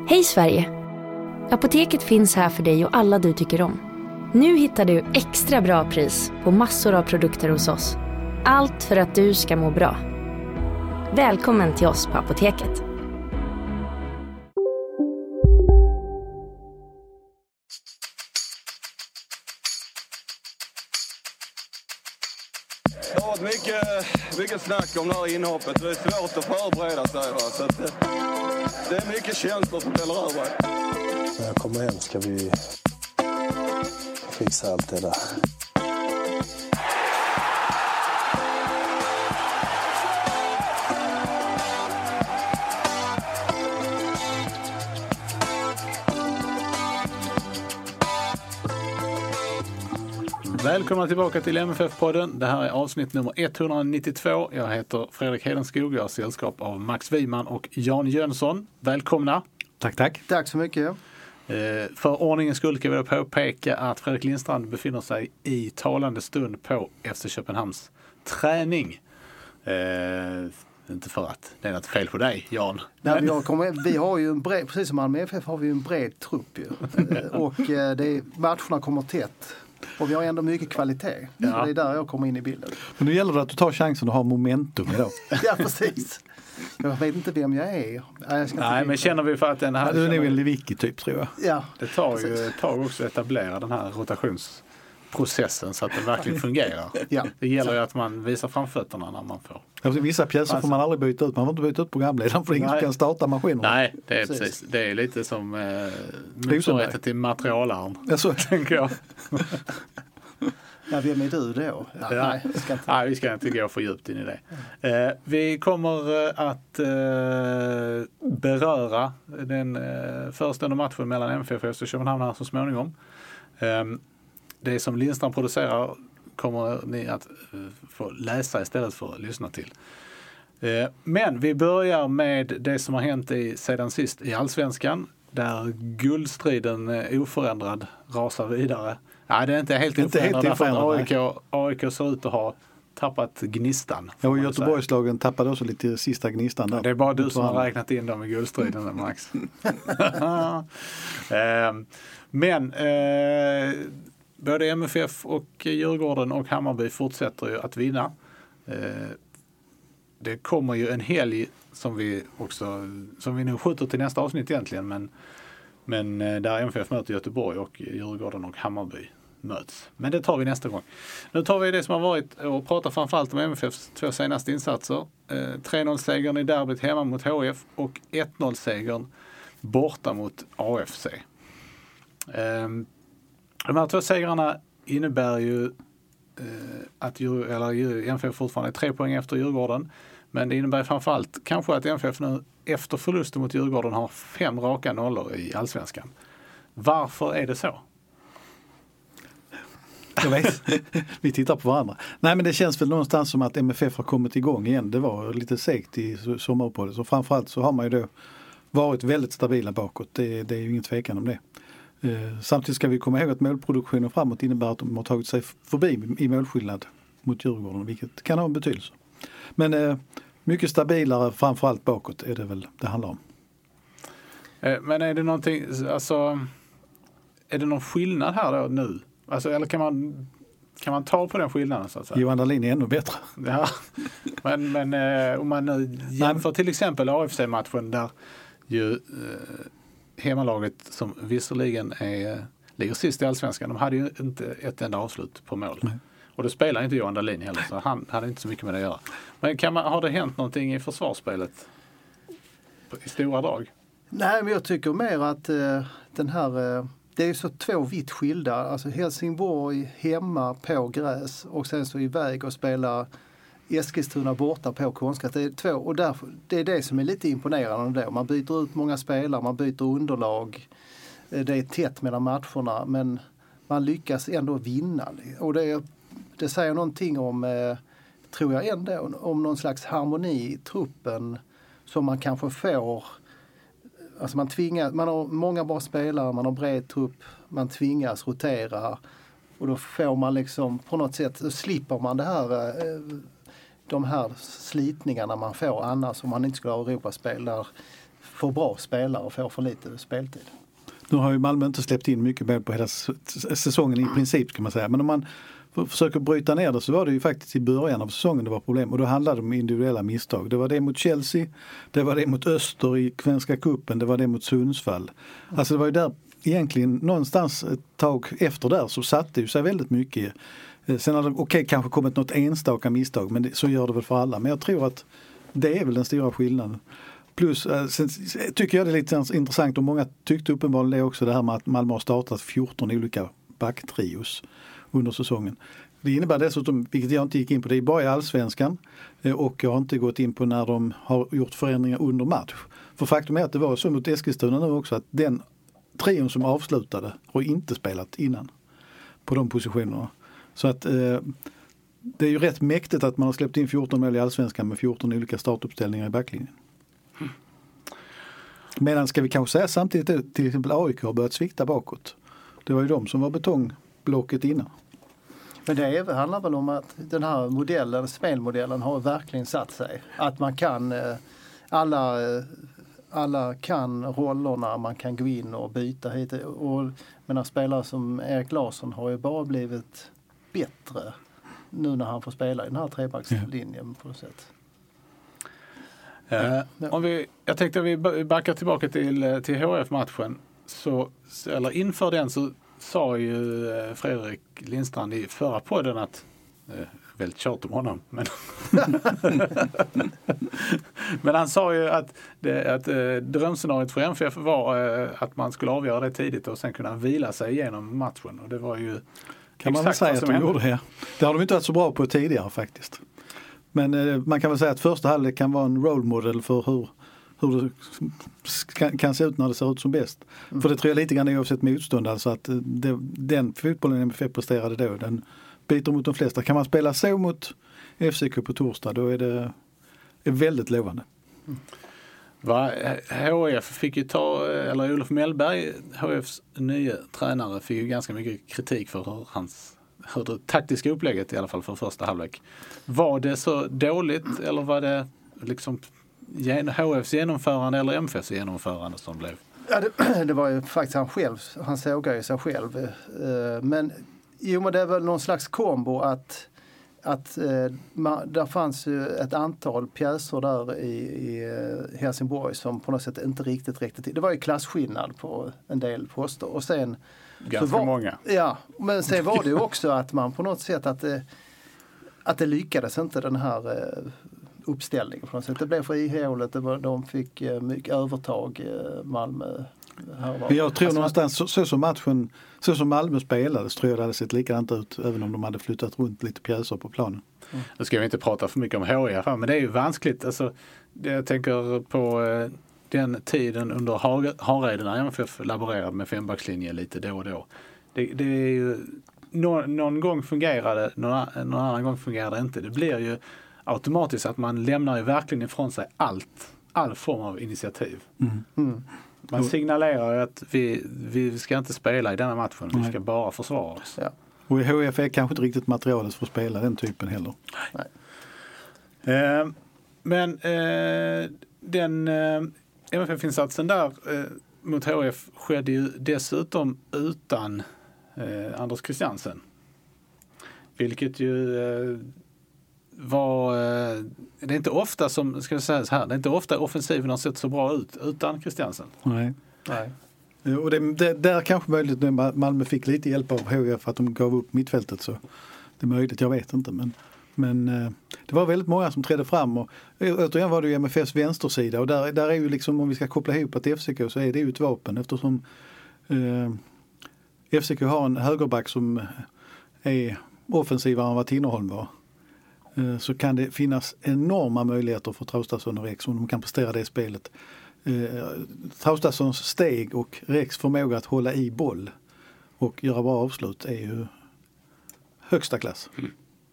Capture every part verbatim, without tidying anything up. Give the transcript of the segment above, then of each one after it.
Hej Sverige! Apoteket finns här för dig och alla du tycker om. Nu hittar du extra bra pris på massor av produkter hos oss. Allt för att du ska må bra. Välkommen till oss på Apoteket. Det har varit mycket, mycket snack om det här inhoppet. Det är svårt att förbereda sig. Va? Så att det, det är mycket känslor som fäller över. När jag kommer hem ska vi fixa allt det där. Välkomna tillbaka till M F F-podden. Det här är avsnitt nummer etthundranittiotvå. Jag heter Fredrik Hedenskog. Jag har sällskap av Max Wiman och Jan Jönsson. Välkomna. Tack, tack. Tack så mycket. Eh, för ordningens skull kan vi då påpeka att Fredrik Lindstrand befinner sig i talande stund på F C Köpenhamns träning. Eh, inte för att det är något fel på dig, Jan. Nej, vi, har kommit, vi har ju en bred, precis som Malmö F F har vi en bred trupp ju. Och eh, det är, matcherna kommer tätt. Och vi har ändå mycket kvalitet. Ja. Så det är där jag kommer in i bilden. Men nu gäller det att du tar chansen att ha momentum idag. Ja, precis. Jag vet inte vem jag är. Jag ska Nej, men känner vi för att den här... Ja, du är nog en Lewicki typ, tror jag. Ja, det tar ju ett tag också att etablera den här rotationsprocessen så att den verkligen fungerar. Ja. Det gäller ju att man visar framfötterna när man får. Alltså, vissa pjäser får man aldrig byta ut. Man får inte byta ut programledaren för ingen som kan starta maskinen. Nej, det är precis. precis. Det är lite som eh, motsvarigheten till materialaren. Ja, så tänker jag. Ja, vem är du då? Ja, ja. Nej, ska inte. nej, vi ska inte gå för djupt in i det. Eh, vi kommer eh, att eh, beröra den eh, förestående matchen mellan M F F och F C Köpenhamn här så småningom. Eh, det som Lindstrand producerar kommer ni att eh, få läsa istället för att lyssna till. Eh, men vi börjar med det som har hänt i, sedan sist i Allsvenskan, där guldstriden eh, oförändrad rasar vidare. Nej, det är inte helt inte oförändrad. Helt oförändrad A I K, A I K ser ut att ha tappat gnistan. Ja, och Göteborgslagen tappade också lite sista gnistan där. Det är bara du som har räknat in dem i guldstriden, Max. eh, men eh, både M F F och Djurgården och Hammarby fortsätter ju att vinna. Eh, det kommer ju en helg som vi också som vi nu skjuter till nästa avsnitt egentligen, men Men där M F F möter Göteborg och Djurgården och Hammarby möts. Men det tar vi nästa gång. Nu tar vi det som har varit och pratar framförallt om M F Fs två senaste insatser. Eh, tre noll-segern i derbyt hemma mot H F och ett noll-segern borta mot A F C. Eh, de här två segrarna innebär ju eh, att Djur, eller M F F fortfarande är tre poäng efter Djurgården. Men det innebär framförallt kanske att M F F nu efter förlusten mot Djurgården har fem raka nollor i Allsvenskan. Varför är det så? Jag vet. Vi tittar på varandra. Nej, men det känns väl någonstans som att M F F har kommit igång igen. Det var lite segt i sommaruppehållet. Så framförallt så har man ju då varit väldigt stabila bakåt. Det, det är ju ingen tvekan om det. Eh, samtidigt ska vi komma ihåg att målproduktionen framåt innebär att de har tagit sig förbi i målskillnad mot Djurgården, vilket kan ha en betydelse. Men eh, mycket stabilare framförallt bakåt är det väl det handlar om. Men är det någonting, alltså är det någon skillnad här då nu? Alltså, eller kan man kan man ta på den skillnaden så att säga? Johan Dahlin är ännu bättre. Ja, men, men eh, om man nu jämför till exempel A F C-matchen där ju eh, hemmalaget som visserligen är, ligger sist i Allsvenskan, de hade ju inte ett enda avslut på mål. Nej. Och det spelar inte Johan Dahlin heller, så han hade inte så mycket med det att göra. Men kan man, har det hänt någonting i försvarsspelet i stora drag? Nej, men jag tycker mer att eh, den här, eh, det är så två vitt skilda. Alltså Helsingborg hemma på gräs och sen så iväg och spela Eskilstuna borta på konstgräs. Det är två, och därför, det är det som är lite imponerande då. Man byter ut många spelare, man byter underlag. Eh, det är tätt mellan matcherna, men man lyckas ändå vinna. Och det är Det säger någonting om, eh, tror jag ändå, om någon slags harmoni i truppen som man kanske får. Alltså man tvingar, man har många bra spelare, man har bred trupp, man tvingas rotera och då får man liksom på något sätt, då slipper man det här, eh, de här slitningarna man får annars om man inte skulle ha Europaspel där för bra spelare och får för lite speltid. Nu har ju Malmö inte släppt in mycket mål på hela säsongen i princip kan man säga. Men om man försöker bryta ner det så var det ju faktiskt i början av säsongen det var problem. Och då handlade det om individuella misstag. Det var det mot Chelsea, det var det mot Öster i Svenska cupen, det var det mot Sundsvall. Alltså det var ju där egentligen någonstans ett tag efter där så satte ju sig väldigt mycket. Sen har det okej okay, kanske kommit något enstaka misstag men det, så gör det väl för alla. Men jag tror att det är väl den stora skillnaden. Plus, sen tycker jag det är lite intressant och många tyckte uppenbarligen det också det här med att Malmö har startat fjorton olika backtrios under säsongen. Det innebär dessutom, vilket jag inte gick in på, det är bara i Allsvenskan och jag har inte gått in på när de har gjort förändringar under match. För faktum är att det var så mot Eskilstuna nu också att den trion som avslutade har inte spelat innan på de positionerna. Så att eh, det är ju rätt mäktigt att man har släppt in fjorton mål i Allsvenskan med fjorton olika startuppställningar i backlinjen. Mm. Medan ska vi kanske säga samtidigt till exempel A I K har börjat svikta bakåt. Det var ju de som var betongblocket innan. Men det är, handlar väl om att den här modellen, spelmodellen har verkligen satt sig. Att man kan, alla, alla kan rollerna, man kan gå in och byta hit. Och menar, spelare som Erik Larsson har ju bara blivit bättre nu när han får spela i den här trebackslinjen på något sätt. Eh, om vi, jag tänkte att vi backar tillbaka till, till H F-matchen. Så, eller inför den så sa ju Fredrik Lindstrand i förra podden att, eh, väldigt tjat om honom, men, men han sa ju att, det, att eh, drömscenariot för M F F var eh, att man skulle avgöra det tidigt och sen kunna vila sig igenom matchen. Och det var ju kan man väl säga att de gjorde det. Det har de inte varit så bra på tidigare faktiskt. Men eh, man kan väl säga att första halvlek kan vara en role model för hur hur det kan, kan se ut när det ser ut som bäst. Mm. För det tror jag lite grann oavsett motstånd. Alltså att det, den fotbollen M F F presterade då, den biter mot de flesta. Kan man spela så mot F C K på torsdag, då är det är väldigt lovande. Mm. Va, H F fick ju ta, eller Olof Mellberg, H Fs nya tränare, fick ju ganska mycket kritik för hur hans hur det taktiska upplägget i alla fall för första halvlek. Var det så dåligt eller var det liksom H Fs genomförande eller M F Fs genomförande som blev? Ja, det, det var ju faktiskt han själv, han sågar ju sig själv. Men jo, men det är väl någon slags kombo att, att man, där fanns ju ett antal pjäser där i, i Helsingborg som på något sätt inte riktigt räckte till. Det var ju klasskillnad på en del poster. Och sen, ganska var, många. Ja, men sen var det ju också att man på något sätt att det, att det lyckades inte den här uppställningen på något sätt. Det blev för ihåligt. Det var, de fick mycket övertag, Malmö. Här var. Men jag tror alltså, någonstans, så, så som matchen, så som Malmö spelade, så tror jag det hade sett likadant ut även om de hade flyttat runt lite pjäser på planen. Mm. Nu ska vi inte prata för mycket om H I F, men det är ju vanskligt. Alltså, jag tänker på eh, den tiden under Hareide när M F F laborerade med fembackslinje lite då och då. Det, det är ju, någon, någon gång fungerade, någon, någon annan gång fungerade inte. Det blir ju automatiskt att man lämnar ju verkligen ifrån sig allt, all form av initiativ. Mm. Mm. Man signalerar ju att vi, vi ska inte spela i denna matchen, vi ska bara försvara oss. Ja. Och i H F är kanske inte riktigt materialet för att spela den typen heller. Nej. Eh, men eh, den eh, M F F-insatsen där eh, mot H F skedde ju dessutom utan eh, Anders Christiansen. Vilket ju eh, var, eh, det är inte ofta som, ska jag säga så här, det är inte ofta offensiven har sett så bra ut utan Christiansen. Nej. Nej. Och det, det, där kanske möjligt när Malmö fick lite hjälp av H F för att de gav upp mittfältet, så det är möjligt, jag vet inte, men, men eh, det var väldigt många som trädde fram och återigen var det ju M F Fs vänstersida och där, där är ju liksom, om vi ska koppla ihop att F C K så är det ju ett vapen eftersom eh, F C K har en högerback som är offensivare än vad Tinnerholm var. Så kan det finnas enorma möjligheter för Traustason och Rex om de kan prestera det spelet. Eh, Traustasons steg och Rex förmåga att hålla i boll och göra bra avslut är ju högsta klass. Mm.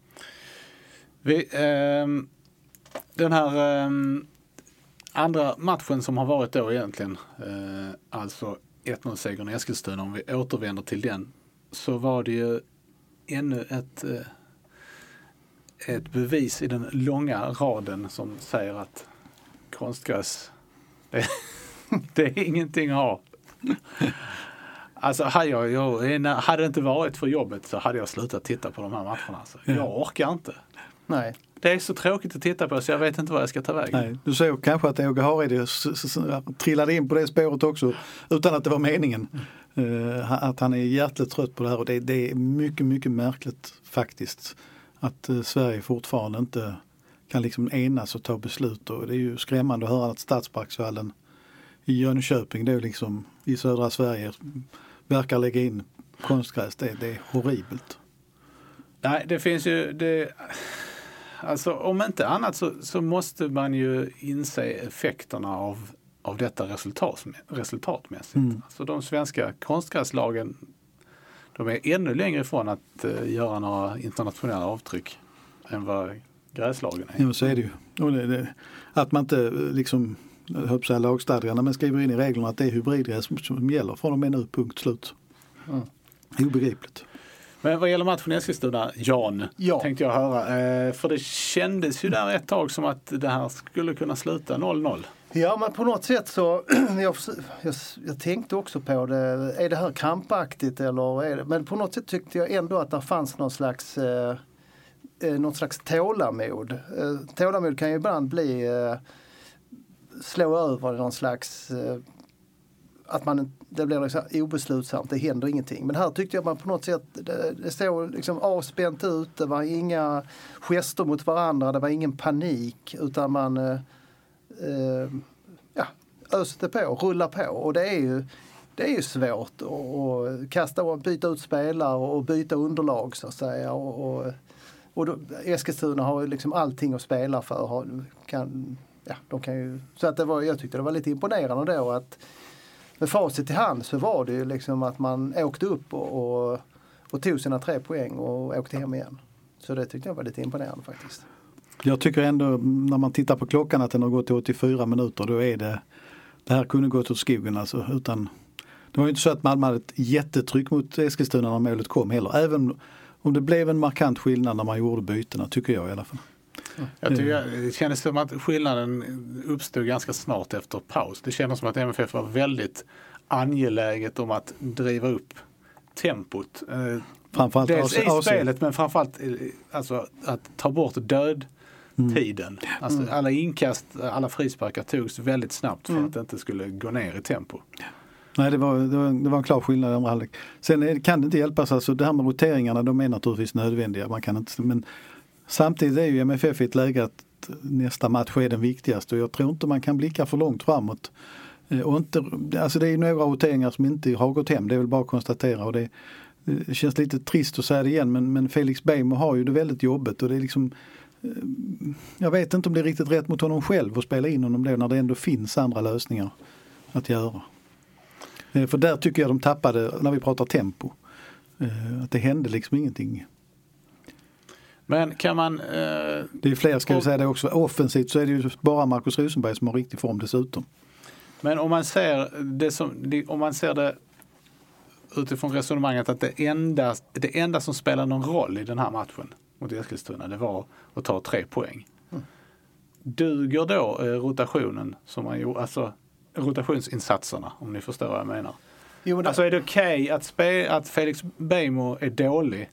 Vi, eh, den här eh, andra matchen som har varit då egentligen, eh, alltså ett noll-segern i Eskilstuna, om vi återvänder till den, så var det ju ännu ett eh, ett bevis i den långa raden som säger att konstgräs det, Det är ingenting att ha. Alltså hade, jag, jag, hade det inte varit för jobbet så hade jag slutat titta på de här matcherna. Alltså. Jag orkar inte. Nej. Det är så tråkigt att titta på så jag vet inte vad jag ska ta vägen. Nej, du såg kanske att Åge Hareide trillade in på det spåret också utan att det var meningen. Uh, att han är hjärtligt trött på det här och det, det är mycket, mycket märkligt faktiskt att uh, Sverige fortfarande inte kan liksom enas och ta beslut. Och det är ju skrämmande att höra att Stadsparksvallen i Jönköping, det är liksom i södra Sverige, verkar lägga in konstgräs. Det, det är horribelt. Nej, det finns ju... Det, alltså om inte annat så, så måste man ju inse effekterna av, av detta resultat, resultatmässigt. Mm. Alltså de svenska konstgräslagen, de är ännu längre ifrån att uh, göra några internationella avtryck än vad gräslagen är. Ja, så är det ju. Och det, det, att man inte liksom, jag höll på att säga lagstadgarna, men skriver in i reglerna att det är hybridgräs som, som gäller från och med nu, punkt slut. Mm. Obegripligt. Men vad gäller matchen i Eskilstuna, Jan, ja. tänkte jag höra. Eh, för det kändes ju där ett tag som att det här skulle kunna sluta noll noll. Ja, men på något sätt så, jag, jag, jag tänkte också på det, är det här krampaktigt eller är det, men på något sätt tyckte jag ändå att det fanns någon slags, eh, någon slags tålamod. Eh, tålamod kan ju ibland bli, eh, slå över någon slags, eh, att man, det blir liksom obeslutsamt, det händer ingenting. Men här tyckte jag man på något sätt, det, det såg liksom avspänt ut, det var inga gester mot varandra, det var ingen panik, utan man eh, eh, ja, öste på, rulla på. Och det är ju, det är ju svårt att, att kasta och byta ut spelare och byta underlag så att säga. Och, och, och då, Eskilstuna har ju liksom allting att spela för. Har, kan, ja, de kan ju, så att det var, jag tyckte det var lite imponerande då att med facit i hand så var det ju liksom att man åkte upp och, och, och tog sina tre poäng och åkte hem igen. Så det tyckte jag var lite imponerande faktiskt. Jag tycker ändå när man tittar på klockan att den har gått till åttiofyra minuter, då är det, det här kunde gått åt skogen alltså, utan det var ju inte så att Malmö hade ett jättetryck mot Eskilstuna när målet kom heller, även om det blev en markant skillnad när man gjorde bytena, tycker jag i alla fall. Jag tycker, det kändes som att skillnaden uppstod ganska snart efter paus. Det kändes som att M F F var väldigt angeläget om att driva upp tempot. Framförallt dels i spelet, men framförallt alltså, att ta bort dödtiden. Mm. Alltså, mm. Alla inkast, alla frisparkar togs väldigt snabbt för mm. att det inte skulle gå ner i tempo. Nej, det var, det var, det var en klar skillnad i andra halvlek. Sen är, kan det inte hjälpas, alltså det här med roteringarna, de är naturligtvis nödvändiga. Man kan inte, men samtidigt är ju M F F i ett läge att nästa match är den viktigaste och jag tror inte man kan blicka för långt framåt. Och inte, alltså det är några roteringar som inte har gått hem, det är väl bara att konstatera, och det, det känns lite trist att säga det igen, men, men Felix Beijmo har ju det väldigt jobbigt och det är liksom, jag vet inte om det är riktigt rätt mot honom själv att spela in honom då när det ändå finns andra lösningar att göra. För där tycker jag de tappade, när vi pratar tempo, att det hände liksom ingenting. Men kan man... Eh, det är fler, ska vi säga det också. Offensivt så är det ju bara Marcus Rosenberg som har riktig form dessutom. Men om man ser det, som, det, om man ser det utifrån resonemanget att det enda, det enda som spelar någon roll i den här matchen mot Eskilstuna, det var att ta tre poäng. Mm. Duger då eh, rotationen som man gjorde, alltså rotationsinsatserna, om ni förstår vad jag menar. Jo, det... Alltså är det okej okay att, spe, att Felix Beijmo är dålig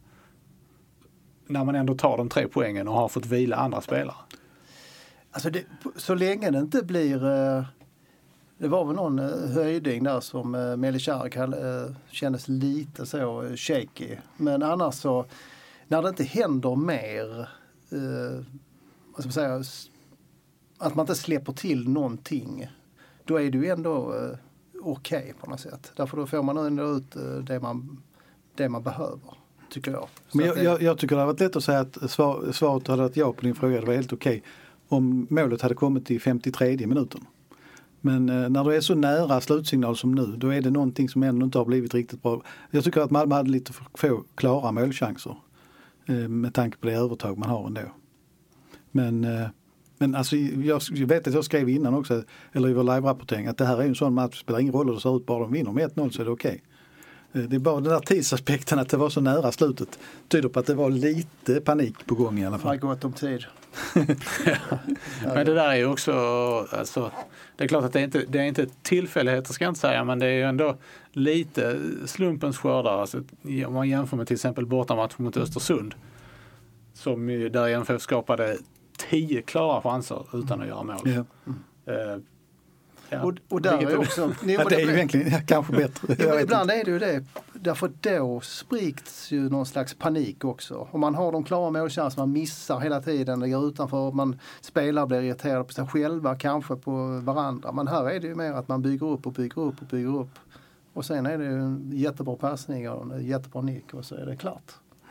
när man ändå tar de tre poängen och har fått vila andra spelare? Alltså det, så länge det inte blir... Det var väl någon höjding där som Melichark kändes lite så shaky. Men annars så, när det inte händer mer, eh, vad ska man säga, att man inte släpper till någonting, då är det ju ändå eh, okej okay på något sätt. Därför då får man ändå ut det man, det man behöver. Tycker jag. Men jag, jag, jag tycker det har varit lätt att säga att svar, svaret hade varit ja på din fråga. Det var helt okej om målet hade kommit i femtiotredje minuten. Men eh, när du är så nära slutsignal som nu, då är det någonting som ändå inte har blivit riktigt bra. Jag tycker att Malmö hade lite för få klara målchanser eh, med tanke på det övertag man har ändå. Men, eh, men alltså, jag, jag vet att jag skrev innan också, eller i vår live-rapportering, att det här är en sån match, det spelar ingen roll hur det ser ut, bara de vinner med ett noll så är det okej. Det är bara den där tidsaspekten att det var så nära slutet tyder på att det var lite panik på gång i alla fall. Det har gått om tid. Ja. Men det där är ju också, alltså, det är klart att det är inte det är inte tillfälligheter ska jag inte säga, men det är ju ändå lite slumpens skördar. Alltså, om man jämför med till exempel bortamatchen mot Östersund som ju där M F F skapade tio klara chanser utan att göra mål. Ja. Uh, Ja. Och, och där är också, ja, det är ju egentligen ja, kanske bättre. Ja, ibland är det ju det. Därför då sprids ju någon slags panik också. Om man har de klara målchanser, man missar hela tiden, det går utanför, man spelar blir irriterade på sig själva, kanske på varandra. Men här är det ju mer att man bygger upp och bygger upp och bygger upp. Och sen är det ju en jättebra passning och en jättebra nick och så är det klart.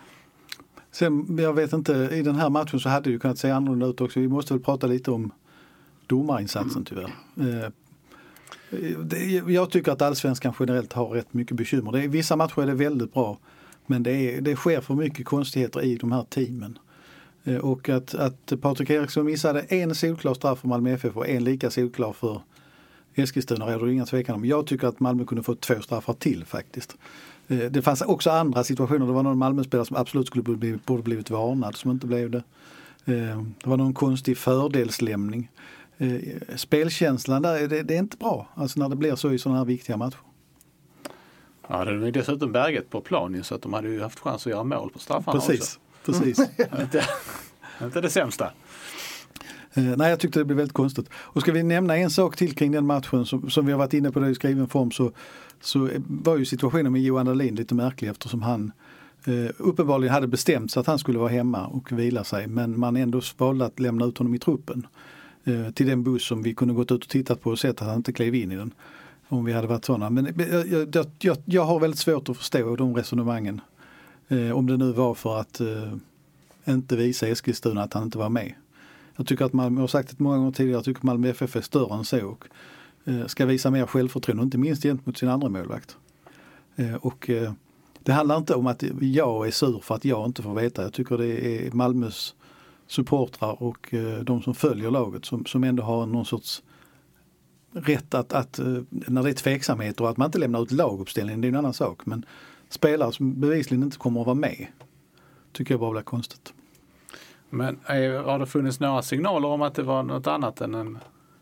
Sen, jag vet inte, i den här matchen så hade det ju kunnat se annorlunda ut också. Vi måste väl prata lite om domarinsatsen tyvärr. Eh, det, jag tycker att allsvenskan generellt har rätt mycket bekymmer. Det är, vissa matcher är det väldigt bra, men det, är, det sker för mycket konstigheter i de här teamen. Eh, och att, att Patrik Eriksson missade en solklar straff för Malmö F F och en lika solklar för Eskilstuna är det inga tvekan om. Jag tycker att Malmö kunde få två straffar till faktiskt. Eh, det fanns också andra situationer. Det var någon Malmö-spelare som absolut skulle bli, borde blivit varnad som inte blev det. Eh, det var någon konstig fördelslämning. Eh, spelkänslan där, det, det är inte bra alltså när det blir så i sådana här viktiga matcher. Ja, det var ju dessutom berget på plan så att de hade ju haft chans att göra mål på straffarna precis, också. Precis. inte, inte det sämsta. Eh, nej, jag tyckte det blev väldigt konstigt. Och ska vi nämna en sak till kring den matchen som, som vi har varit inne på det i skriven form så, så var ju situationen med Johan Dahlin lite märklig eftersom han eh, uppenbarligen hade bestämt sig att han skulle vara hemma och vila sig men man ändå valde att lämna ut honom i truppen. Till den buss som vi kunde gått ut och tittat på och sett att han inte klev in i den om vi hade varit sådana. Men jag, jag, jag, jag har väldigt svårt att förstå de resonemangen. Eh, om det nu var för att eh, inte visa Eskilstuna att han inte var med. Jag tycker att Malmö, jag har sagt det många gånger tidigare, jag tycker att Malmö F F är större än så och eh, ska visa mer självförtroende, inte minst gentemot sin andra målvakt. Eh, och eh, det handlar inte om att jag är sur för att jag inte får veta. Jag tycker det är Malmös supportrar och eh, de som följer laget som, som ändå har någon sorts rätt att, att eh, när det är tveksamhet och att man inte lämnar ut laguppställningen, det är en annan sak. Men spelare som bevisligen inte kommer att vara med tycker jag bara blir konstigt. Men är, har det funnits några signaler om att det var något annat än en,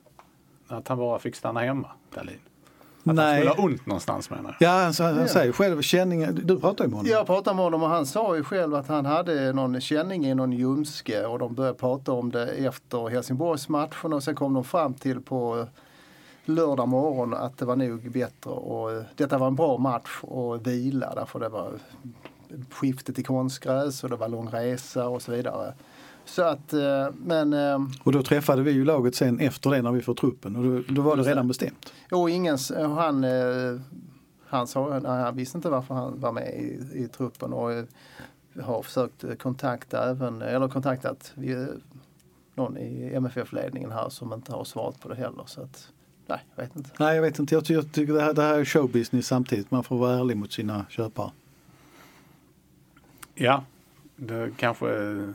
att han bara fick stanna hemma, Dahlin? Att Nej. han skulle ha ont någonstans menar jag. Ja, han, han ja. säger själv känningen. Du pratar ju med honom. Jag pratar med honom och han sa ju själv att han hade någon känning i någon ljumske och de började prata om det efter Helsingborgsmatchen och sen kom de fram till på lördag morgon att det var nog bättre och detta var en bra match och vila därför det var skiftet i konstgräs och det var lång resa och så vidare. Så att, men... Och då träffade vi ju laget sen efter det när vi får truppen och då, då var det redan bestämt. Och ingen, han, han sa, nej, han visste inte varför han var med i, i truppen och har försökt kontakta även, eller kontaktat vi, någon i M F F-ledningen här som inte har svarat på det heller. Så att, nej, jag vet inte. Nej, jag vet inte. Jag tycker, jag tycker det, här, det här är showbusiness samtidigt. Man får vara ärlig mot sina köpare. Ja, det kanske...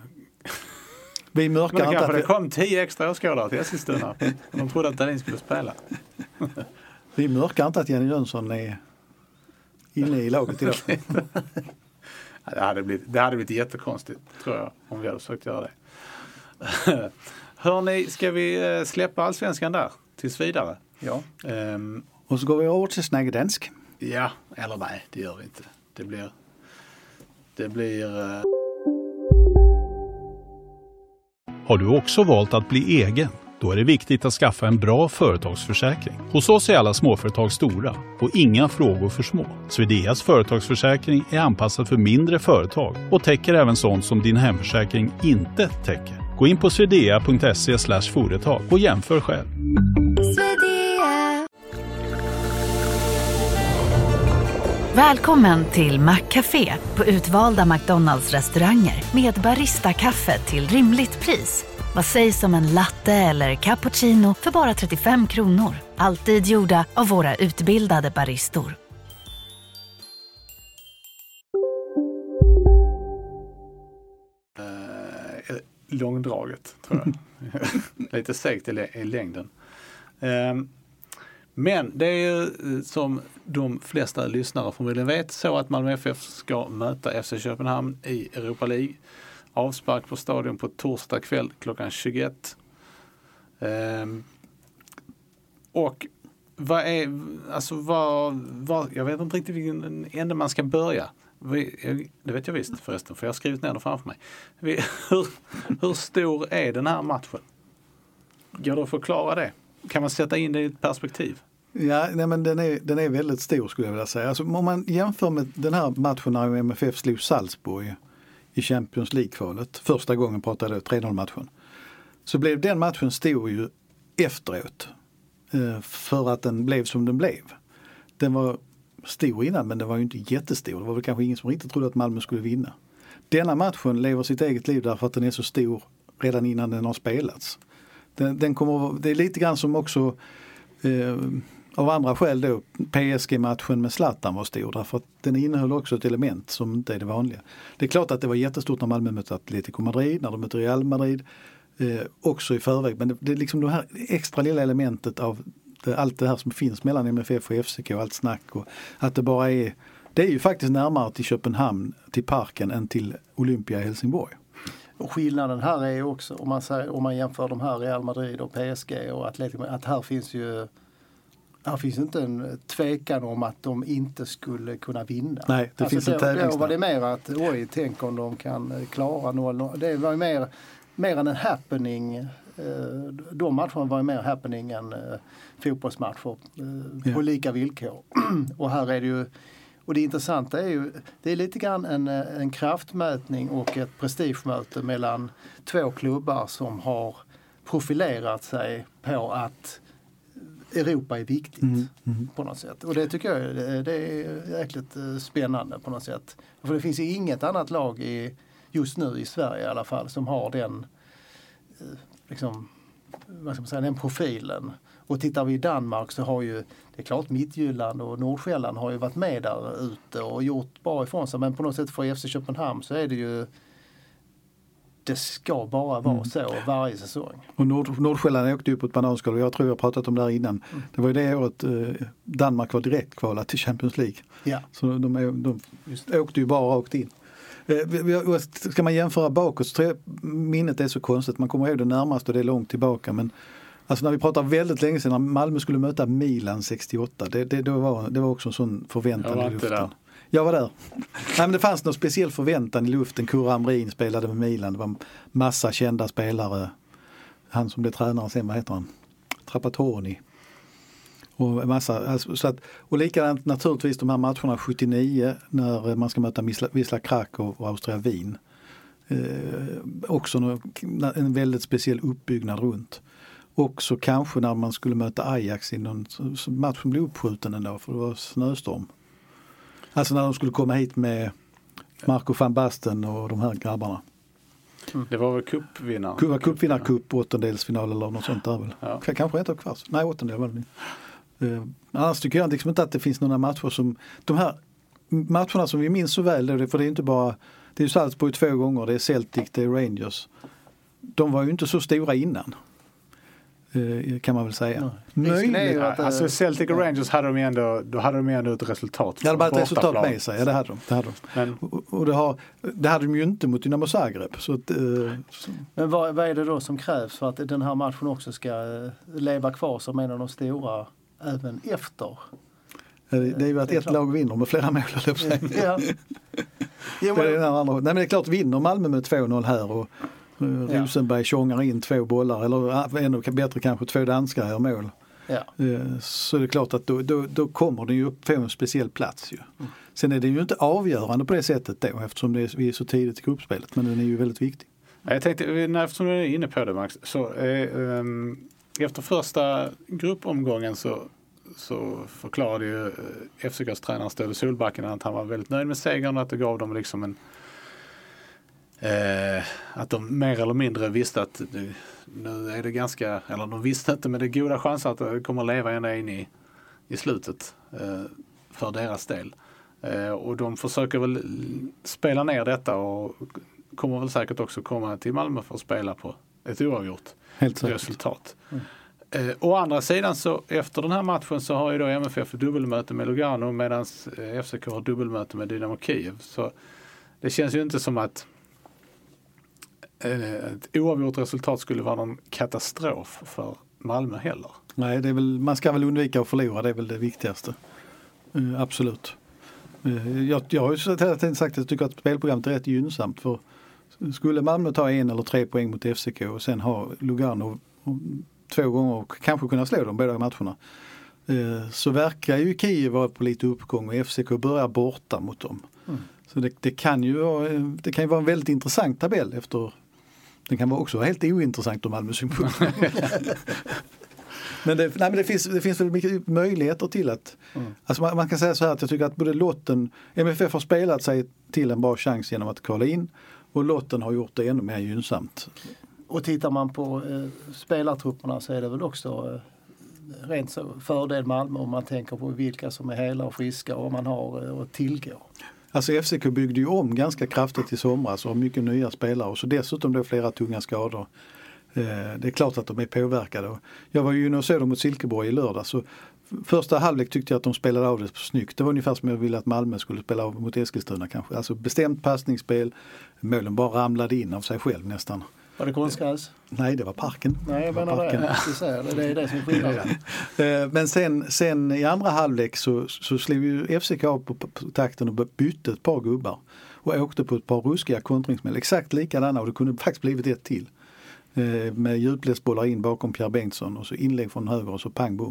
Vi mörkar Men det inte kanske att vi... det kom tio extra åskådare till Eskilstuna. De trodde att Dahlin skulle spela. Vi mörkar inte att Jenny Jönsson är inne i laget idag. det, hade blivit, det hade blivit jättekonstigt, tror jag, om vi hade försökt göra det. Hörrni, ska vi släppa allsvenskan där tills vidare? Ja. Um, Och så går vi över till Snacka dansk. Ja, eller nej, det gör vi inte. Det blir... Det blir... Uh... Har du också valt att bli egen? Då är det viktigt att skaffa en bra företagsförsäkring. Hos oss är alla småföretag stora och inga frågor för små. Swedeas företagsförsäkring är anpassad för mindre företag och täcker även sånt som din hemförsäkring inte täcker. Gå in på swedea punkt se slash företag och jämför själv. Välkommen till Maccafé på utvalda McDonalds restauranger med Barista-kaffe till rimligt pris. Vad sägs om en latte eller cappuccino för bara trettiofem kronor? Alltid gjorda av våra utbildade baristor. Uh, långdraget, tror jag. Lite segt i, i längden. Uh, Men det är ju som de flesta lyssnare förmodligen vet så att Malmö F F ska möta F C Köpenhamn i Europa League. Avspark på stadion på torsdag kväll klockan tjugoett. Ehm, och vad är, alltså vad, vad, jag vet inte riktigt vilken ände man ska börja. Vi, det vet jag visst förresten, för jag har skrivit ner det framför mig. Vi, hur, hur stor är den här matchen? Går det att förklara det? Kan man sätta in det i ett perspektiv? Ja, nej, men den är, den är väldigt stor skulle jag vilja säga. Alltså, om man jämför med den här matchen när M F F slog Salzburg i Champions League-kvalet, första gången pratade jag tre noll-matchen, så blev den matchen stor ju efteråt för att den blev som den blev. Den var stor innan, men den var ju inte jättestor. Det var väl kanske ingen som riktigt trodde att Malmö skulle vinna. Denna matchen lever sitt eget liv därför att den är så stor redan innan den har spelats. Den, den kommer, det är lite grann som också eh, av andra skäl då P S G-matchen med Zlatan var stor därför att den innehöll också ett element som inte är det vanliga. Det är klart att det var jättestort när Malmö mötte Atletico Madrid, när de mötte Real Madrid eh, också i förväg, men det, det är liksom det här extra lilla elementet av det, allt det här som finns mellan M F F och F C K och allt snack och att det bara är, det är ju faktiskt närmare till Köpenhamn, till parken än till Olympia i Helsingborg. Och skillnaden här är ju också, om man, säger, om man jämför de här Real Madrid och P S G och Atletico, att här finns ju här finns inte en tvekan om att de inte skulle kunna vinna. Nej, det alltså finns det, en tävling. Då var det mer att, oj, tänk om de kan klara noll noll. Det var ju mer, mer än en happening. De matcherna var ju mer happening än fotbollsmatcher ja. på lika villkor. Och här är det ju, och det intressanta är ju, det är lite grann en, en kraftmätning och ett prestigemöte mellan två klubbar som har profilerat sig på att Europa är viktigt mm, mm. på något sätt. Och det tycker jag det, det är jäkligt spännande på något sätt. För det finns ju inget annat lag i, just nu i Sverige i alla fall som har den liksom, vad ska man säga, den profilen. Och tittar vi i Danmark så har ju, det är klart Midtjylland och Nordsjälland har ju varit med där ute och gjort bra ifrån sig. Men på något sätt för F C Köpenhamn så är det ju, det ska bara vara mm. så varje säsong. Och Nord, Nordsjälland åkte ju på ett bananskal och jag tror jag har pratat om det här innan. Mm. Det var ju det året eh, Danmark var direkt kvalat till Champions League. Ja. Så de, de, de åkte ju bara rakt in. Eh, ska man jämföra bakåt så tror jag minnet är så konstigt. Man kommer ihåg det närmast och det är långt tillbaka. Men alltså när vi pratar väldigt länge sedan när Malmö skulle möta Milan sextioåtta. Det, det, det, var, det var också en sån förväntan i luften. Där. Jag var där. Nej, men det fanns någon speciell förväntan i luften. Kurre Hamrin spelade med Milan. Det var massa kända spelare. Han som blev tränare sen, vad heter han? Trapattoni. Och massa, alltså, så att, och likadant naturligtvis de här matcherna sjuttionio när man ska möta Wisla Krakow och Austria Wien. Eh, också någon, en väldigt speciell uppbyggnad runt. Också kanske när man skulle möta Ajax i någon så matchen blev uppskjuten ändå för det var snöstorm. Alltså när de skulle komma hit med Marco van Basten och de här grabbarna. Mm. Det var väl cupvinnare? Det var cupvinnarcup, åttondelsfinal eller något sånt där väl. Ja. Kanske ett och kvarts. Nej, åttondel var det. Uh, annars tycker jag liksom inte att det finns några matcher som de här matcherna som vi minns så väl, för det är inte bara, det är ju Salzburg två gånger, det är Celtic, det är Rangers. De var ju inte så stora innan. Uh, kan man väl säga. Möjligt. Att, alltså Celtic och Rangers hade de ändå, då hade de ändå ett resultat. Ja, de hade ett resultat med sig. Ja, det hade de. Det hade de. Men, och, och det, har, det hade de ju inte mot Dynamo Zagreb. Så att, uh, så. Men vad, vad är det då som krävs för att den här matchen också ska leva kvar som en av de stora även efter? Det, det är ju att är ett klart. Lag vinner med flera mål. Ja. Jo, men... det är andra. Nej, men det är klart vinner Malmö med två noll här och uh, Rosenberg tjongar in två bollar eller ännu bättre kanske två danskar här mål. Ja. Uh, så är det klart att då, då, då kommer det ju upp få en speciell plats ju. Mm. Sen är det ju inte avgörande på det sättet då eftersom det är, vi är så tidigt i gruppspelet, men den är ju väldigt viktig. Jag tänkte, eftersom du är inne på det Max, så eh, um, efter första gruppomgången så så förklarade ju F C K:s tränare Ståle Solbacken att han var väldigt nöjd med segern och att det gav dem liksom en eh, att de mer eller mindre visste att det, nu är det ganska, eller de visste inte, men det är goda chanser att det kommer att leva ända in i, i slutet eh, för deras del. Eh, och de försöker väl spela ner detta och kommer väl säkert också komma till Malmö för att spela på ett oavgjort resultat. Mm. Eh, å andra sidan så efter den här matchen så har ju då M F F dubbelmöte med Lugano medan F C K har dubbelmöte med Dynamo Kiev. Så det känns ju inte som att eh, ett oavgjort resultat skulle vara någon katastrof för Malmö heller. Nej, det är väl, man ska väl undvika att förlora, det är väl det viktigaste. Uh, absolut. Uh, jag, jag har ju hela tiden sagt att jag tycker att spelprogrammet är rätt gynnsamt. För skulle Malmö ta en eller tre poäng mot F C K och sen ha Lugano två gånger och kanske kunna slå dem båda matcherna, uh, så verkar ju Kiev vara på lite uppgång och F C K börjar borta mot dem. Mm. Så det, det, kan ju vara, det kan ju vara en väldigt intressant tabell efter. Det kan vara också helt ointressant om Malmö synpunkt. Men, det, nej, men det, finns, det finns väl mycket möjligheter till att mm. alltså man, man kan säga så här att jag tycker att både lotten, M F F har spelat sig till en bra chans genom att kvala in och lotten har gjort det ännu mer gynnsamt. Och tittar man på eh, spelartrupperna så är det väl också eh, rent så fördel Malmö om man tänker på vilka som är hela och friska och man har eh, att tillgå. Alltså F C K byggde ju om ganska kraftigt i somras och har mycket nya spelare och så dessutom då flera tunga skador. Eh, det är klart att de är påverkade. Jag var ju inne och såg dem mot Silkeborg i lördag så första halvlek tyckte jag att de spelade av det snyggt. Det var ungefär som jag ville att Malmö skulle spela av mot Eskilstuna kanske. Alltså bestämt passningsspel, målen bara ramlade in av sig själv nästan. Var det konstgräs? Nej, det var parken. Nej, jag menar det. Det, det är det som skiljer. Men sen, sen i andra halvlek så, så slog ju F C K på, på takten och bytte ett par gubbar. Och åkte på ett par ruskiga kontringsmål. Exakt likadana och det kunde faktiskt blivit ett till. Med djupledsbollar in bakom Pierre Bengtsson och så inlägg från höger och så pang bom.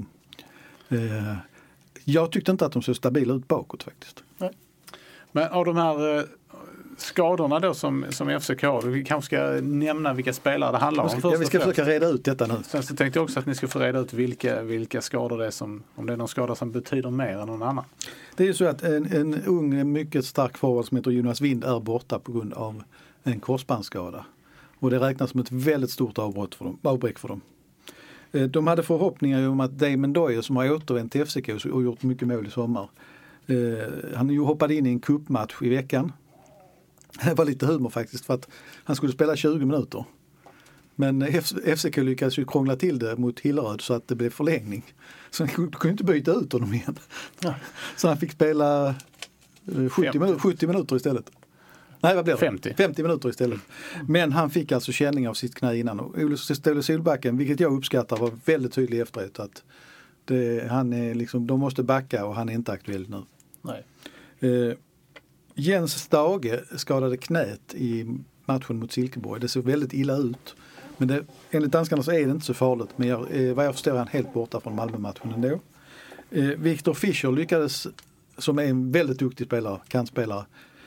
Jag tyckte inte att de såg stabila ut bakåt faktiskt. Nej. Men av de här skadorna då som, som F C K, vi kanske ska nämna vilka spelare det handlar om. Ska, ja, vi ska försöka reda ut detta nu. Sen så tänkte jag också att ni ska få reda ut vilka, vilka skador det är som, om det är någon skada som betyder mer än någon annan. Det är ju så att en, en ung, mycket stark forward som heter Jonas Wind är borta på grund av en korsbandsskada. Och det räknas som ett väldigt stort avbrott för dem, avbräck för dem. De hade förhoppningar om att Damon Doyle som har återvänt till F C K och gjort mycket mål i sommar. Han ju hoppade in i en cupmatch i veckan. Det var lite humor faktiskt för att han skulle spela tjugo minuter. Men F C K lyckades ju krångla till det mot Hilleröd så att det blev förlängning. Så han kunde inte byta ut honom igen. Ja. Så han fick spela sjuttio, minuter, sjuttio minuter istället. Nej, vad blev det? femtio. femtio minuter istället. Men han fick alltså känning av sitt knä innan. Och Ståle Solbacken, vilket jag uppskattar, var väldigt tydlig efteråt att det, han är liksom, de måste backa och han är inte aktuell nu. Nej. Eh, Jens Stage skadade knät i matchen mot Silkeborg. Det såg väldigt illa ut. Men det, enligt danskarna så är det inte så farligt. Men jag, eh, vad jag förstår är han helt borta från Malmö-matchen ändå. Eh, Victor Fischer lyckades, som är en väldigt duktig spelare, kantspelare,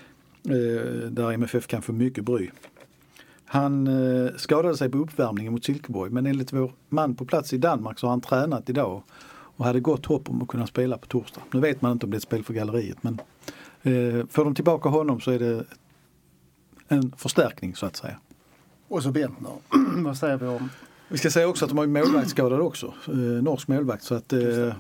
eh, där M F F kan få mycket bry. Han eh, skadade sig på uppvärmningen mot Silkeborg. Men enligt vår man på plats i Danmark så har han tränat idag. Och hade gott hopp om att kunna spela på torsdag. Nu vet man inte om det är ett spel för galleriet. Men eh, får de tillbaka honom så är det en förstärkning så att säga. Och så Bentner. Vad säger vi om? Vi ska säga också att de har målvaktsskadade också. Eh, norsk målvakt. Så att eh,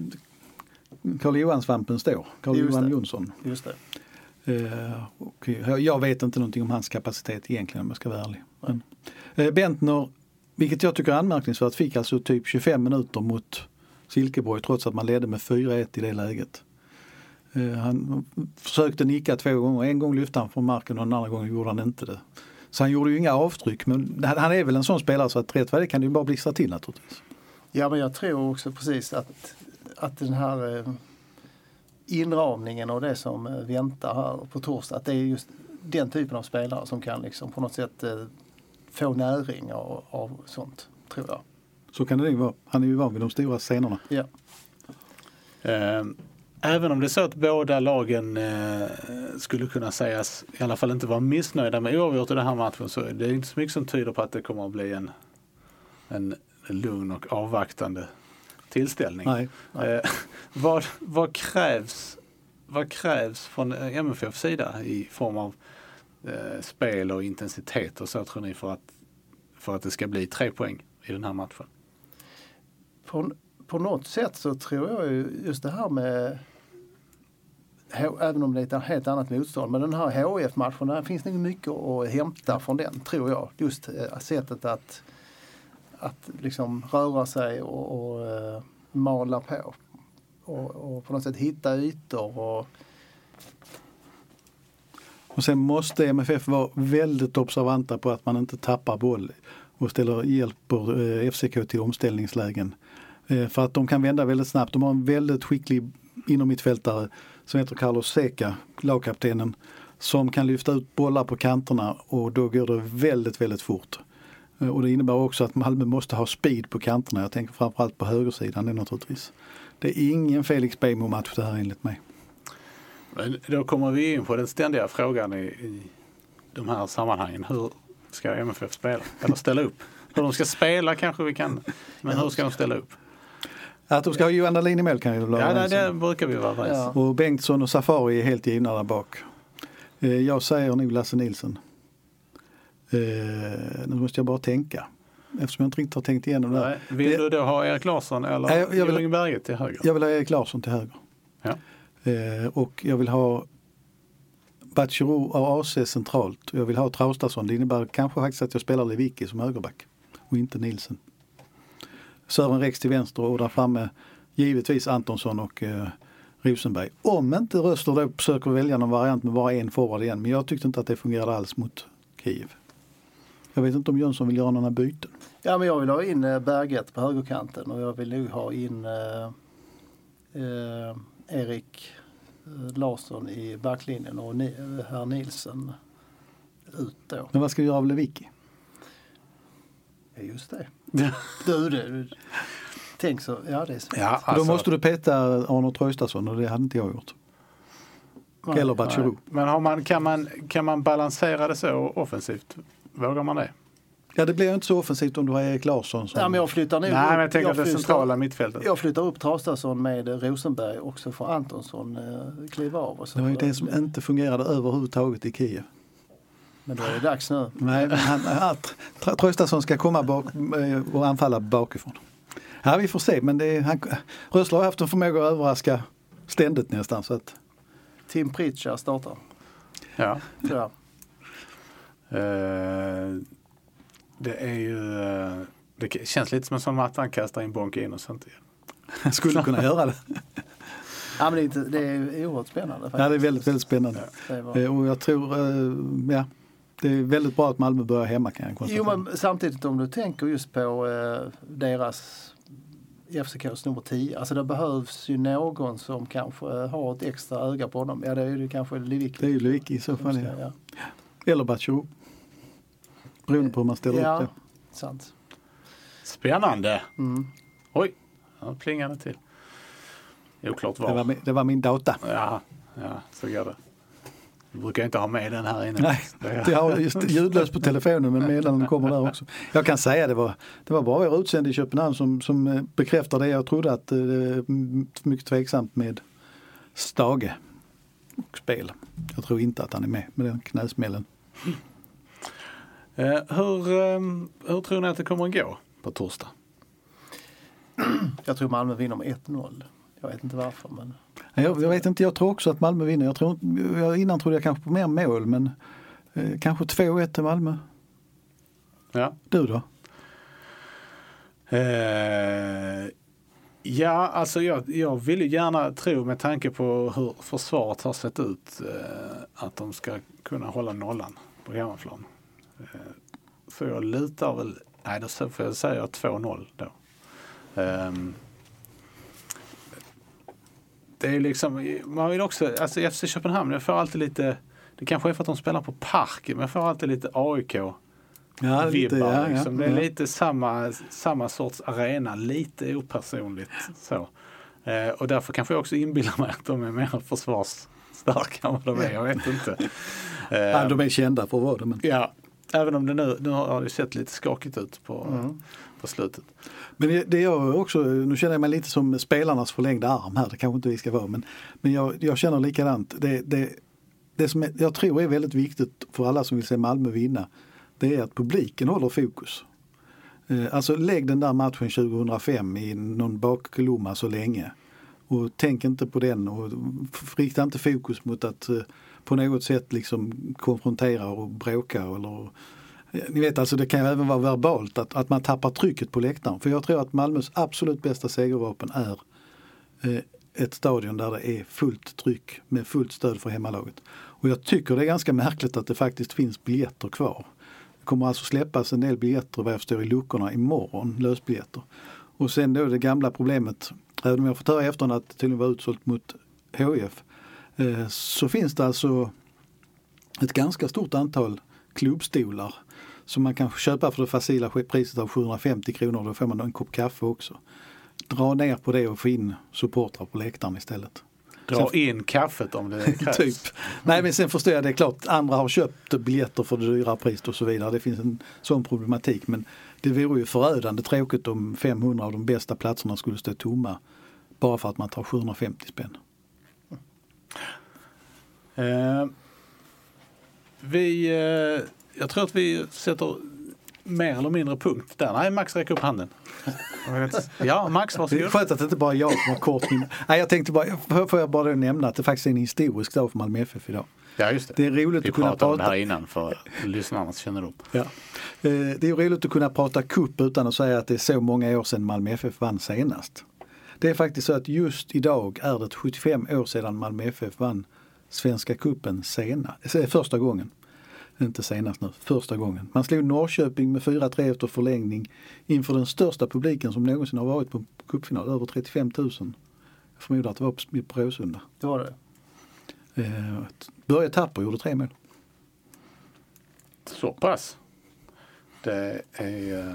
Karl Johan Svampen står. Karl Johan Jonsson. Just det. Eh, och jag vet inte någonting om hans kapacitet egentligen om jag ska vara ärlig. Men, eh, Bentner, vilket jag tycker är anmärkningsvärt, fick alltså typ tjugofem minuter mot Silkeborg trots att man ledde med fyra ett i det läget. Eh, han försökte nicka två gånger. En gång lyfte han från marken och den andra gången gjorde han inte det. Så han gjorde ju inga avtryck. Men han är väl en sån spelare så att rätt vad det kan det ju bara blixtra till naturligtvis. Ja, men jag tror också precis att, att den här eh, inramningen och det som eh, väntar här på torsdag, att det är just den typen av spelare som kan liksom på något sätt eh, få näring av, av sånt, tror jag. Så kan det ju vara. Han är ju van vid de stora scenerna. Ja. Även om det är så att båda lagen skulle kunna sägas i alla fall inte vara missnöjda med oavgjort i den här matchen, så är det inte så mycket som tyder på att det kommer att bli en, en lugn och avvaktande tillställning. Nej, nej. vad, vad, krävs, vad krävs från M F F:s sida i form av eh, spel och intensitet och så, tror ni, för att, för att det ska bli tre poäng i den här matchen? På, på något sätt så tror jag ju just det här med, även om det är ett helt annat motstånd, men den här H I F-matchen, där finns det mycket att hämta från den, tror jag. Just sättet att, att liksom röra sig och, och uh, mala på. Och, och på något sätt hitta ytor. Och... och sen måste M F F vara väldigt observanta på att man inte tappar boll och ställer hjälper uh, F C K till omställningslägen. Uh, för att de kan vända väldigt snabbt. De har en väldigt skicklig inom mittfältare som heter Carlos Seca, lagkaptenen, som kan lyfta ut bollar på kanterna och då går det väldigt, väldigt fort. Och det innebär också att Malmö måste ha speed på kanterna. Jag tänker framförallt på högersidan det naturligtvis. Det är ingen Felix Beijmo-match det här enligt mig. Men då kommer vi in på den ständiga frågan i, i de här sammanhangen. Hur ska M F F spela? Eller ställa upp? Hur de ska spela kanske vi kan, men hur ska de ställa upp? Att de ska ha Johan Dahlin i mål kan ju vara. Ja, nej, det brukar vi vara överens. Ja. Och Bengtsson och Safari är helt givna där bak. Jag säger nog Lasse Nilsson. Nu måste jag bara tänka. Eftersom jag inte riktigt har tänkt igenom det. Nej. Vill det, du då ha Erik Larsson eller nej, jag vill, Jörgen Berget till höger? Jag vill ha Erik Larsson till höger. Ja. Och jag vill ha Batshiro av A C centralt. Och jag vill ha Traustason. Det innebär kanske faktiskt att jag spelar Lewicki som högerback. Och inte Nilsen. Sören Rex till vänster och där framme givetvis Antonsson och eh, Rosenberg. Om inte Röster då försöker välja någon variant med bara en forward igen. Men jag tyckte inte att det fungerade alls mot Kiev. Jag vet inte om Jönsson vill göra några byten. Ja, men jag vill ha in eh, Berget på högerkanten och jag vill nog ha in eh, eh, Erik eh, Larsson i backlinjen och ni, herr Nilsen ut då. Men vad ska du göra av Lewicki? Ja, just det. du, du, tänk så, ja det är så. Ja, alltså, då måste du peta Arnold Traustason och det hade inte jag gjort. Nej, eller Batshiro. Men har man, kan, man, kan man balansera det så offensivt? Vågar man det? Ja, det blir ju inte så offensivt om du har Erik Larsson. Som... Ja, men jag flyttar nog Nej, men jag tänker jag att det flyttar, centrala mittfältet. Jag flyttar upp Traustason med Rosenberg och så får Antonsson eh, kliva av. Och så det var ju för, det som inte fungerade överhuvudtaget i Kiev. Men då är det dags nu. Nej, men han, att Traustason ska komma bak och anfalla bakifrån. Ja, vi får se, men det är, han, Rössler har haft en förmåga att överraska ständigt nästan. Så att... Tim Pritchard startar. Ja. Ja. Uh, det är ju uh, det känns lite som att han kastar in Bonke in och sånt igen. Han skulle kunna göra det. Ja, men det är, inte, det är oerhört spännande. Faktiskt. Ja, det är väldigt, väldigt spännande. Ja. Var... Och jag tror, uh, ja, det är väldigt bra att Malmö börjar hemma kan jag konstatera. Jo, men samtidigt om du tänker just på uh, deras F C K:s nummer tio. Alltså det behövs ju någon som kanske uh, har ett extra öga på honom. Ja, det är ju kanske Lewicki. Det är ju Lewicki i så fall. Ska, ja. Eller Batshiro. Beroende på hur man ställer ja, upp det. Sant. Spännande. Mm. Oj, ja, plingade till. Oklart var. Det var, min, det var min data. Ja, ja, så går det. Du brukar inte ha med den här inne. Nej, jag har just ljudlöst på telefonen men meddelanden kommer där också. Jag kan säga det var, det var bara vår utsände i Köpenhamn som, som bekräftar det. Jag trodde att det är mycket tveksamt med Stage och spel. Jag tror inte att han är med med den knäsmällen. Mm. Eh, hur, eh, hur tror ni att det kommer att gå på torsdag? Jag tror Malmö vinner med ett noll. Jag vet inte varför. Men... Jag, jag vet inte, jag tror också att Malmö vinner. Jag tror, jag, innan trodde jag kanske på mer mål men eh, kanske två ett till Malmö. Ja. Du då? Eh, ja, alltså jag, jag vill ju gärna tro med tanke på hur försvaret har sett ut eh, att de ska kunna hålla nollan på hemmaplan. Eh, så jag litar väl, nej då får jag säga två noll då. Eh, det är liksom, man vill också, alltså F C Köpenhamn, jag får alltid lite, det kanske är för att de spelar på Parken, men jag får alltid lite A I K. Ja, lite, ja, liksom. ja, Det är ja. lite samma, samma sorts arena, lite opersonligt så. Eh, och därför kanske jag också inbillar mig att de är mer försvarsstarka än vad de är, jag vet inte. Eh, Ja, de är kända för att vara det. Men... Ja, även om det nu, nu har det sett lite skakigt ut på, Mm. på slutet. Men det jag också, nu känner jag mig lite som spelarnas förlängda arm här, det kanske inte vi ska vara, men, men jag, jag känner likadant. Det, det, det som jag tror är väldigt viktigt för alla som vill se Malmö vinna, det är att publiken håller fokus. Eh, alltså lägg den där matchen tjugohundrafem i någon bakkolumna så länge och tänk inte på den och rikta inte fokus mot att eh, på något sätt liksom konfrontera och bråka eller Ni vet alltså det kan ju även vara verbalt att, att man tappar trycket på läktaren. För jag tror att Malmös absolut bästa segervapen är eh, ett stadion där det är fullt tryck med fullt stöd för hemmalaget. Och jag tycker det är ganska märkligt att det faktiskt finns biljetter kvar. Det kommer alltså släppas en del biljetter vad jag förstår i luckorna imorgon, lösbiljetter. Och sen då det gamla problemet, även om jag fått höra efter att det tydligen var utsålt mot H I F, eh, så finns det alltså ett ganska stort antal klubbstolar som man kan köpa för det facila priset av sjuhundrafemtio kronor. Då får man en kopp kaffe också. Dra ner på det och få in supportrar på läktaren istället. Dra sen, in kaffet om det krävs. Typ. Nej, men sen förstår jag det är klart. Andra har köpt biljetter för det dyra priset och så vidare. Det finns en sån problematik. Men det vore ju förödande tråkigt om femhundra av de bästa platserna skulle stå tomma. Bara för att man tar sjuhundrafemtio spänn. Eh, vi, eh, jag tror att vi sätter mer eller mindre punkt där. Nej, Max räcker upp handen. Ja, Max, varsågod. Det är skönt att det inte bara är jag som har kort minne. Nej, jag tänkte bara, får jag bara nämna att det faktiskt är en historisk dag för Malmö F F idag. Ja, just det. Det är roligt vi att kunna prata om prata det här innan för lyssnarnas kännedom. Ja. Det är roligt att kunna prata cup utan att säga att det är så många år sedan Malmö F F vann senast. Det är faktiskt så att just idag är det sjuttiofem år sedan Malmö F F vann Svenska cupen sena, första gången. Inte senast nu, första gången. Man slog Norrköping med fyra tre efter förlängning inför den största publiken som någonsin har varit på cupfinal, över trettiofem tusen. Jag förmodar att det var på, på Råsunda. Det var det. Eh, Börje Tapper gjorde tre mål. Så pass. Det är...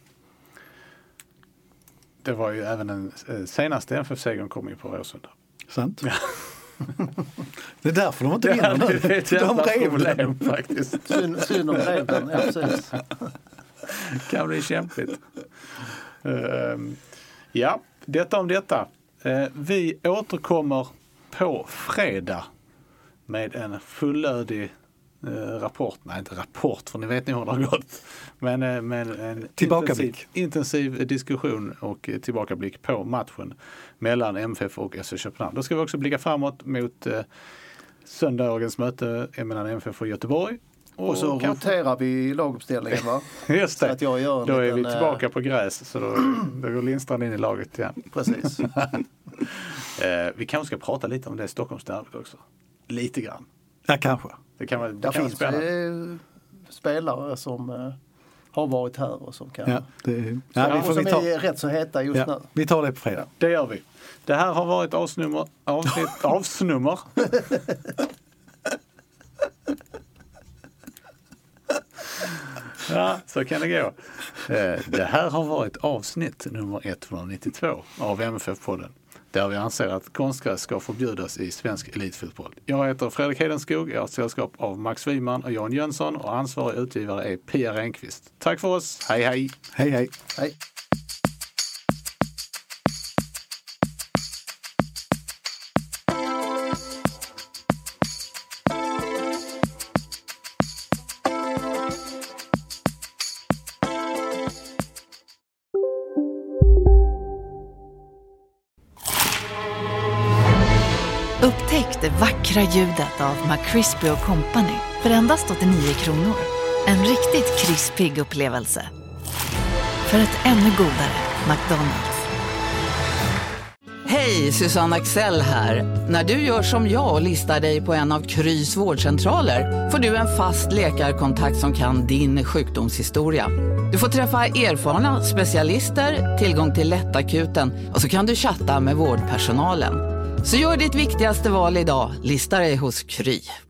Det var ju även den senaste N F F-segern kom ju på Råsunda. Sant. Ja. Det är därför de inte vinner nu. Det är ett de rev problem faktiskt. Synd, synd om reven, ja precis. Kan bli kämpigt. Uh, ja, detta om detta. Uh, vi återkommer på fredag med en fullödig uh, rapport. Nej, inte rapport för ni vet ni hur det har gått. Men, uh, men en intensiv, intensiv diskussion och uh, tillbakablick på matchen mellan M F F och S C Köpenhamn. Då ska vi också blicka framåt mot uh, söndagens möte mellan M F F och Göteborg. Och, och så kanske... roterar vi i laguppställningen, va? Just det. Så att jag gör en då är liten, vi tillbaka på gräs så då, då går Lindstrand in i laget igen. Precis. eh, vi kanske ska prata lite om det Stockholmsderbyt också. Lite grann. Ja, kanske. Det kan, det Där kan finns det spelare som eh, har varit här och som kan... Ja, det, ja, ja, vi får och som vi ta, är rätt så heta just ja, nu. Vi tar det på fredag. Det gör vi. Det här har varit avsnummer, avsnitt, avsnummer. Ja, så kan det gå. Det här har varit avsnitt nummer etthundranittiotvå av M F F-podden. Där vi anser att konstgräs ska förbjudas i svensk elitfotboll. Jag heter Fredrik Hedenskog, jag har ett sällskap av Max Wiman och Jan Jönsson och ansvarig utgivare är Pia Renqvist. Tack för oss, hej hej! Hej hej! Hej! Upptäck det vackra ljudet av McCrispy och Company för endast åttionio kronor. En riktigt krispig upplevelse. För ett ännu godare McDonald's. Hej, Susanne Axel här. När du gör som jag och listar dig på en av Krys vårdcentraler får du en fast läkarkontakt som kan din sjukdomshistoria. Du får träffa erfarna specialister, tillgång till lättakuten och så kan du chatta med vårdpersonalen. Så gör ditt viktigaste val idag, lista dig hos Kry.